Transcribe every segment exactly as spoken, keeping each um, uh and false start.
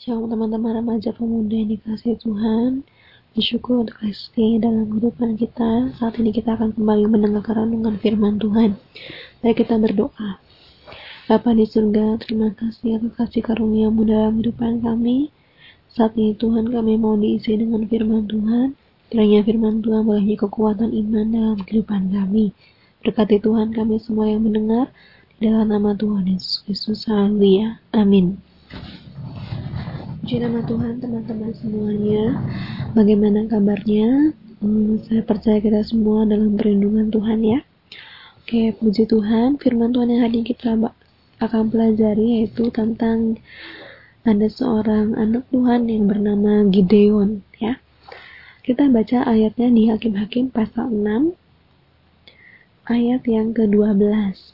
Shalom teman-teman remaja pemuda yang dikasihi Tuhan. Bersyukur untuk kasih dalam kehidupan kita. Saat ini kita akan kembali mendengarkan renungan firman Tuhan. Mari kita berdoa. Bapa di surga, terima kasih atas kasih karunia-Mu dalam kehidupan kami. Saat ini Tuhan, kami mau diisi dengan firman Tuhan. Kiranya firman Tuhan boleh menjadi kekuatan iman dalam kehidupan kami. Berkati Tuhan kami semua yang mendengar. Di dalam nama Tuhan Yesus Kristus. Haleluya. Amin. Puji nama Tuhan teman-teman semuanya. Bagaimana kabarnya? Hmm, saya percaya kita semua dalam perlindungan Tuhan ya. Oke, puji Tuhan. Firman Tuhan yang hari ini kita akan pelajari yaitu tentang ada seorang anak Tuhan yang bernama Gideon ya. Kita baca ayatnya di Hakim-Hakim pasal enam ayat yang kedua belas.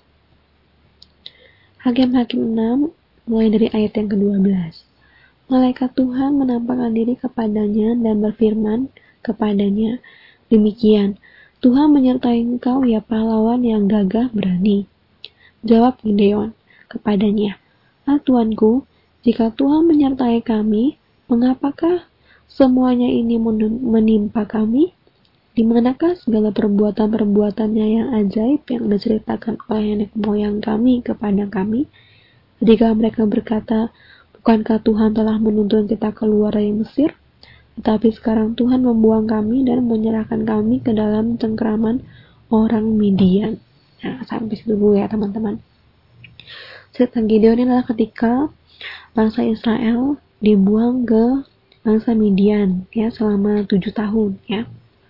Hakim-Hakim enam mulai dari ayat yang kedua belas. Malaikat Tuhan menampakkan diri kepadanya dan berfirman kepadanya, demikian, Tuhan menyertai engkau ya pahlawan yang gagah berani. Jawab Gideon kepadanya, ah Tuanku, jika Tuhan menyertai kami, mengapakah semuanya ini menimpa kami? Di manakah segala perbuatan-perbuatannya yang ajaib yang diceritakan oleh nenek moyang kami kepada kami? Ketika mereka berkata, bukankah Tuhan telah menuntun kita keluar dari Mesir? Tetapi sekarang Tuhan membuang kami dan menyerahkan kami ke dalam cengkraman orang Midian. Nah, sampai situ dulu ya teman-teman. Cerita Gideon ini adalah ketika bangsa Israel dibuang ke bangsa Midian ya selama tujuh tahun ya.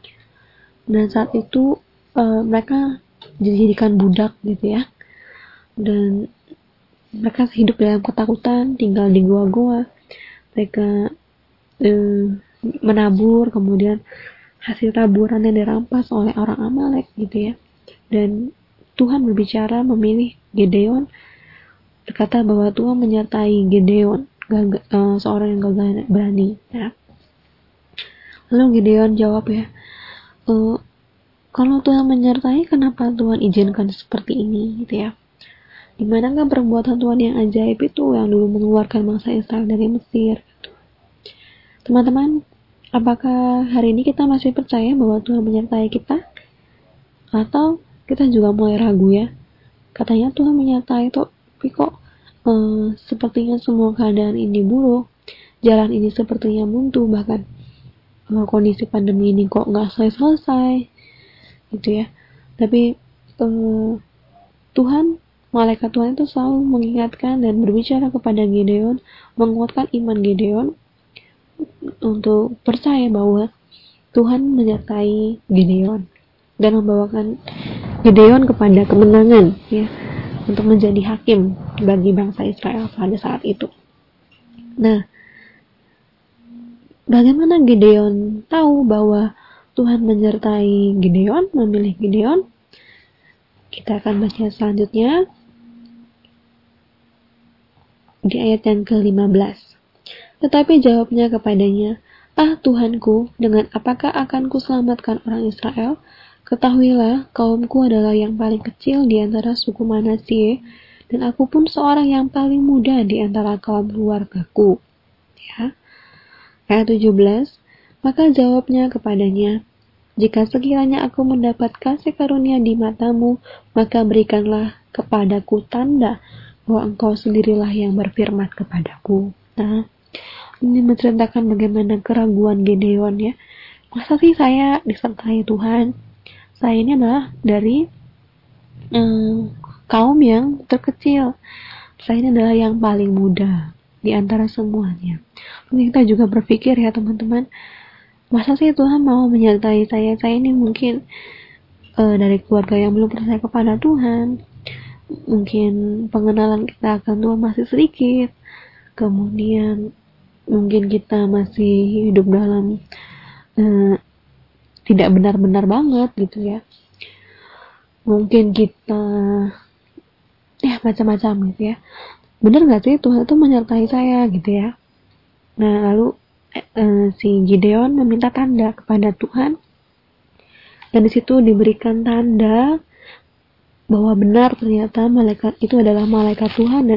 Dan saat itu e, mereka dijadikan budak gitu ya. Dan mereka hidup dalam ketakutan, tinggal di gua-gua. Mereka eh, menabur, kemudian hasil taburannya dirampas oleh orang Amalek gitu ya. Dan Tuhan berbicara memilih Gideon, berkata bahwa Tuhan menyertai Gideon, gaga, eh, seorang yang gagah berani. Ya. Lalu Gideon jawab ya, e, kalau Tuhan menyertai, kenapa Tuhan izinkan seperti ini gitu ya? Di manakah perbuatan Tuhan yang ajaib itu yang dulu mengeluarkan bangsa Israel dari Mesir? Teman-teman, apakah hari ini kita masih percaya bahwa Tuhan menyertai kita? Atau kita juga mulai ragu ya? Katanya Tuhan menyertai, tapi kok eh, sepertinya semua keadaan ini buruk, jalan ini sepertinya buntu, bahkan eh, kondisi pandemi ini kok nggak selesai-selesai, gitu ya. Tapi eh, Tuhan Malaikat Tuhan itu selalu mengingatkan dan berbicara kepada Gideon, menguatkan iman Gideon untuk percaya bahwa Tuhan menyertai Gideon dan membawakan Gideon kepada kemenangan ya untuk menjadi hakim bagi bangsa Israel pada saat itu. Nah, bagaimana Gideon tahu bahwa Tuhan menyertai Gideon, memilih Gideon? Kita akan baca selanjutnya di ayat yang ke lima belas. Tetapi jawabnya kepadanya, ah Tuhanku, dengan apakah akan kuselamatkan orang Israel? Ketahuilah, kaumku adalah yang paling kecil di antara suku Manasye, dan aku pun seorang yang paling muda di antara kaum keluargaku. Ya. Ayat tujuh belas. Maka jawabnya kepadanya, jika sekiranya aku mendapat kasih karunia di matamu, maka berikanlah kepadaku tanda bahwa engkau sendirilah yang berfirman kepadaku. Nah, ini menceritakan bagaimana keraguan Gideon ya. Masa sih saya disertai Tuhan? Saya ini adalah dari um, kaum yang terkecil. Saya ini adalah yang paling muda di antara semuanya. Mungkin kita juga berpikir ya teman-teman, masa sih Tuhan mau menyertai saya? Saya ini mungkin uh, dari keluarga yang belum percaya kepada Tuhan. Mungkin pengenalan kita akan Tuhan masih sedikit. Kemudian mungkin kita masih hidup dalam uh, tidak benar-benar banget gitu ya. Mungkin kita ya macam-macam gitu ya. Benar gak sih Tuhan itu menyertai saya gitu ya? Nah lalu Uh, si Gideon meminta tanda kepada Tuhan, dan di situ diberikan tanda bahwa benar ternyata malaikat itu adalah malaikat Tuhan dan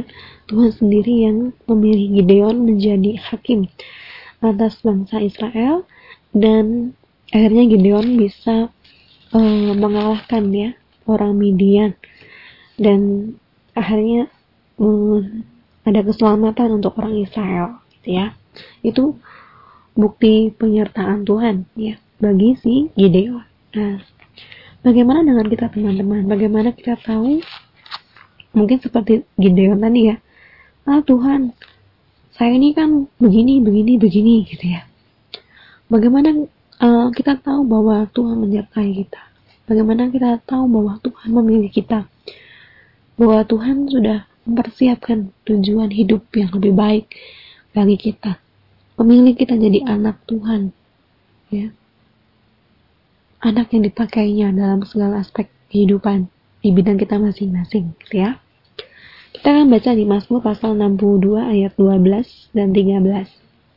Tuhan sendiri yang memilih Gideon menjadi hakim atas bangsa Israel, dan akhirnya Gideon bisa uh, mengalahkan ya orang Midian, dan akhirnya um, ada keselamatan untuk orang Israel, gitu ya. Itu bukti penyertaan Tuhan ya bagi si Gideon. Nah, bagaimana dengan kita teman-teman? Bagaimana kita tahu, mungkin seperti Gideon tadi ya, ah Tuhan, saya ini kan begini, begini, begini gitu ya. Bagaimana uh, kita tahu bahwa Tuhan menyertai kita? Bagaimana kita tahu bahwa Tuhan memilih kita? Bahwa Tuhan sudah mempersiapkan tujuan hidup yang lebih baik bagi kita. Memilih kita jadi anak Tuhan, ya. Anak yang dipakainya dalam segala aspek kehidupan di bidang kita masing-masing, gitu ya. Kita akan baca di Mazmur pasal enam puluh dua ayat dua belas dan tiga belas.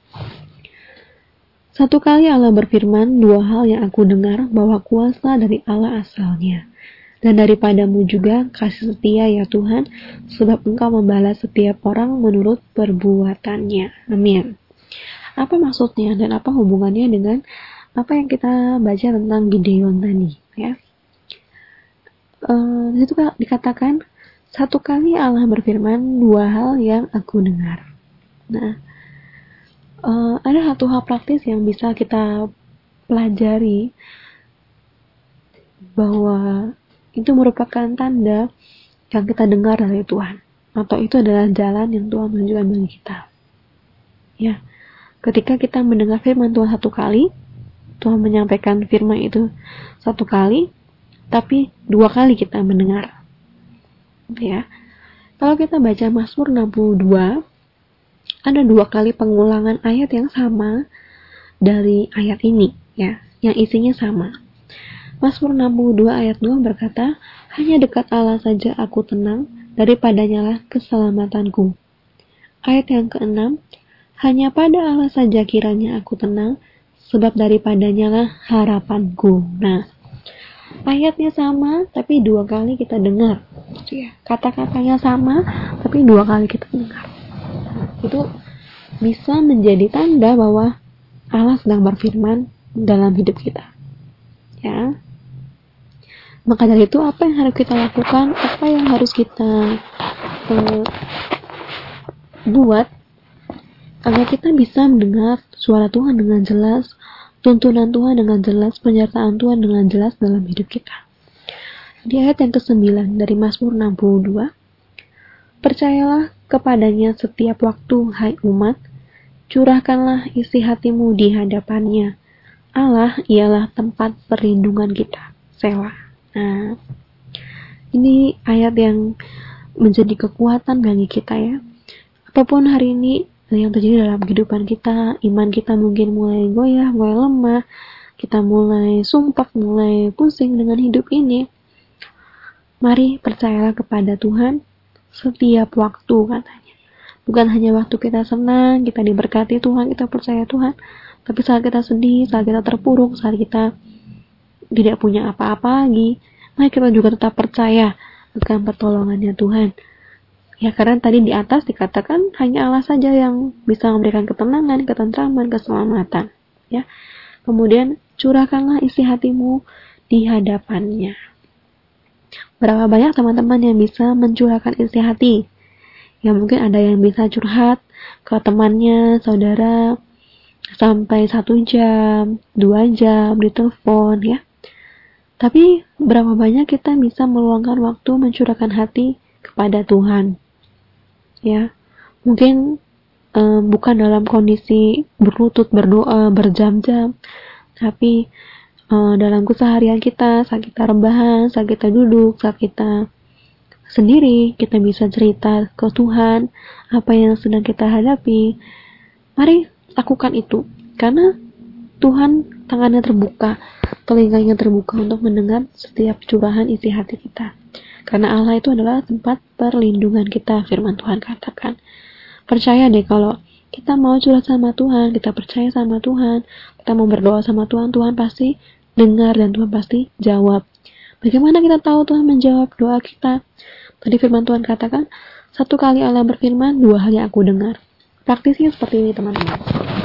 Satu kali Allah berfirman, dua hal yang aku dengar, bahwa kuasa dari Allah asalnya, dan daripadamu juga kasih setia ya Tuhan, sebab Engkau membalas setiap orang menurut perbuatannya. Amin. Apa maksudnya dan apa hubungannya dengan apa yang kita baca tentang Gideon tadi, ya? Uh, di situ dikatakan, satu kali Allah berfirman, dua hal yang aku dengar. Nah, uh, ada satu hal praktis yang bisa kita pelajari, bahwa itu merupakan tanda yang kita dengar dari Tuhan, atau itu adalah jalan yang Tuhan tunjukkan bagi kita. Ya, ketika kita mendengar firman Tuhan satu kali, Tuhan menyampaikan firman itu satu kali, tapi dua kali kita mendengar. Ya, kalau kita baca Mazmur enam puluh dua, ada dua kali pengulangan ayat yang sama dari ayat ini, ya, yang isinya sama. Mazmur enam puluh dua ayat dua berkata, hanya dekat Allah saja aku tenang, daripadanya lah keselamatanku. Ayat yang keenam, hanya pada Allah saja kiranya aku tenang, sebab daripadanya lah harapanku. Nah, ayatnya sama, tapi dua kali kita dengar. Kata-katanya sama, tapi dua kali kita dengar. Itu bisa menjadi tanda bahwa Allah sedang berfirman dalam hidup kita. Ya. Maka dari itu, apa yang harus kita lakukan, apa yang harus kita uh, buat agar kita bisa mendengar suara Tuhan dengan jelas, tuntunan Tuhan dengan jelas, penyertaan Tuhan dengan jelas dalam hidup kita. Di ayat yang kesembilan dari Mazmur enam puluh dua, percayalah kepadanya setiap waktu, hai umat, curahkanlah isi hatimu di hadapannya. Allah ialah tempat perlindungan kita. Selah. Nah, ini ayat yang menjadi kekuatan bagi kita ya. Apapun hari ini yang terjadi dalam kehidupan kita, iman kita mungkin mulai goyah, mulai lemah, kita mulai sumpah, mulai pusing dengan hidup ini. Mari percayalah kepada Tuhan setiap waktu, katanya. Bukan hanya waktu kita senang, kita diberkati Tuhan, kita percaya Tuhan, tapi saat kita sedih, saat kita terpuruk, saat kita tidak punya apa-apa lagi, mari kita juga tetap percaya akan pertolongannya Tuhan. Ya, karena tadi di atas dikatakan hanya Allah saja yang bisa memberikan ketenangan, ketentraman, keselamatan. Ya. Kemudian curahkanlah isi hatimu di hadapannya. Berapa banyak teman-teman yang bisa mencurahkan isi hati? Ya, mungkin ada yang bisa curhat ke temannya, saudara, sampai satu jam, dua jam di telepon, ya. Tapi berapa banyak kita bisa meluangkan waktu mencurahkan hati kepada Tuhan? Ya, mungkin um, bukan dalam kondisi berlutut berdoa berjam-jam, tapi um, dalam keseharian kita, saat kita rebahan, saat kita duduk, saat kita sendiri, kita bisa cerita ke Tuhan apa yang sedang kita hadapi. Mari lakukan itu, karena Tuhan tangannya terbuka, telinganya terbuka untuk mendengar setiap curahan isi hati kita. Karena Allah itu adalah tempat perlindungan kita, firman Tuhan katakan. Percaya deh, kalau kita mau curhat sama Tuhan, kita percaya sama Tuhan, kita mau berdoa sama Tuhan, Tuhan pasti dengar dan Tuhan pasti jawab. Bagaimana kita tahu Tuhan menjawab doa kita? Tadi firman Tuhan katakan, Satu kali Allah berfirman, dua kali aku dengar. Praktisnya seperti ini teman-teman.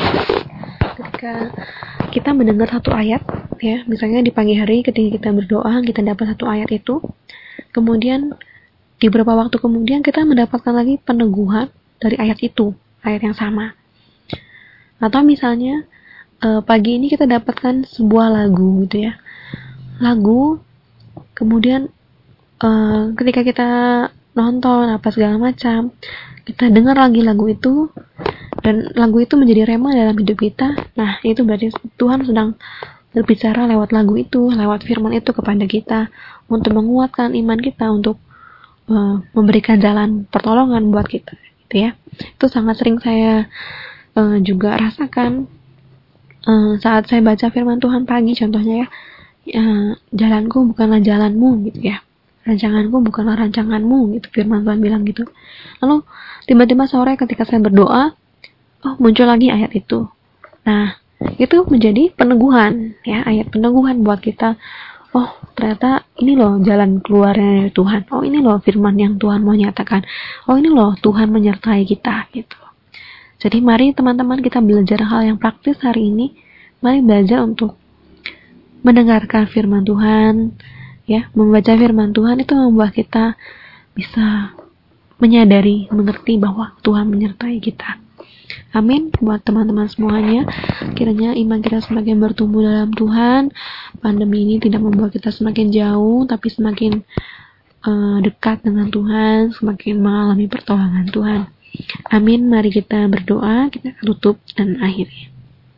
Ketika kita mendengar satu ayat, ya, misalnya di pagi hari ketika kita berdoa, kita dapat satu ayat itu, kemudian di beberapa waktu kemudian kita mendapatkan lagi peneguhan dari ayat itu, ayat yang sama. Atau misalnya eh, pagi ini kita dapatkan sebuah lagu gitu ya, lagu, kemudian uh, ketika kita nonton apa segala macam, kita dengar lagi lagu itu, dan lagu itu menjadi rema dalam hidup kita. Nah, itu berarti Tuhan sedang berbicara lewat lagu itu, lewat firman itu kepada kita untuk menguatkan iman kita, untuk uh, memberikan jalan pertolongan buat kita, gitu ya. Itu sangat sering saya uh, juga rasakan uh, saat saya baca firman Tuhan pagi, contohnya ya. Uh, jalanku bukanlah jalanmu, gitu ya, rancanganku bukanlah rancanganmu, gitu firman Tuhan bilang gitu. Lalu tiba-tiba sore ketika saya berdoa, oh muncul lagi ayat itu. Nah, itu menjadi peneguhan, ya, ayat peneguhan buat kita. Oh, ternyata ini loh jalan keluarnya dari Tuhan. Oh, ini loh firman yang Tuhan mau nyatakan. Oh, ini loh Tuhan menyertai kita, gitu. Jadi mari teman-teman kita belajar hal yang praktis hari ini. Mari belajar untuk mendengarkan firman Tuhan, ya, membaca firman Tuhan itu membuat kita bisa menyadari, mengerti bahwa Tuhan menyertai kita. Amin. Buat teman-teman semuanya, kiranya iman kita semakin bertumbuh dalam Tuhan. Pandemi ini tidak membuat kita semakin jauh, tapi semakin uh, dekat dengan Tuhan, semakin mengalami pertolongan Tuhan. Amin. Mari kita berdoa, kita tutup dan akhiri.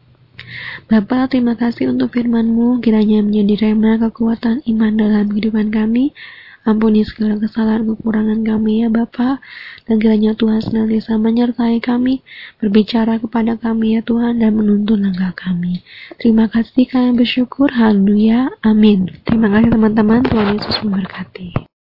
Bapa, terima kasih untuk firman-Mu, kiranya menjadi rema kekuatan iman dalam kehidupan kami. Ampuni segala kesalahan kekurangan kami ya Bapa, dan kiranya Tuhan senantiasa menyertai kami, berbicara kepada kami ya Tuhan, dan menuntun langkah kami. Terima kasih, kami bersyukur. Haleluya. Amin. Terima kasih teman-teman. Tuhan Yesus memberkati.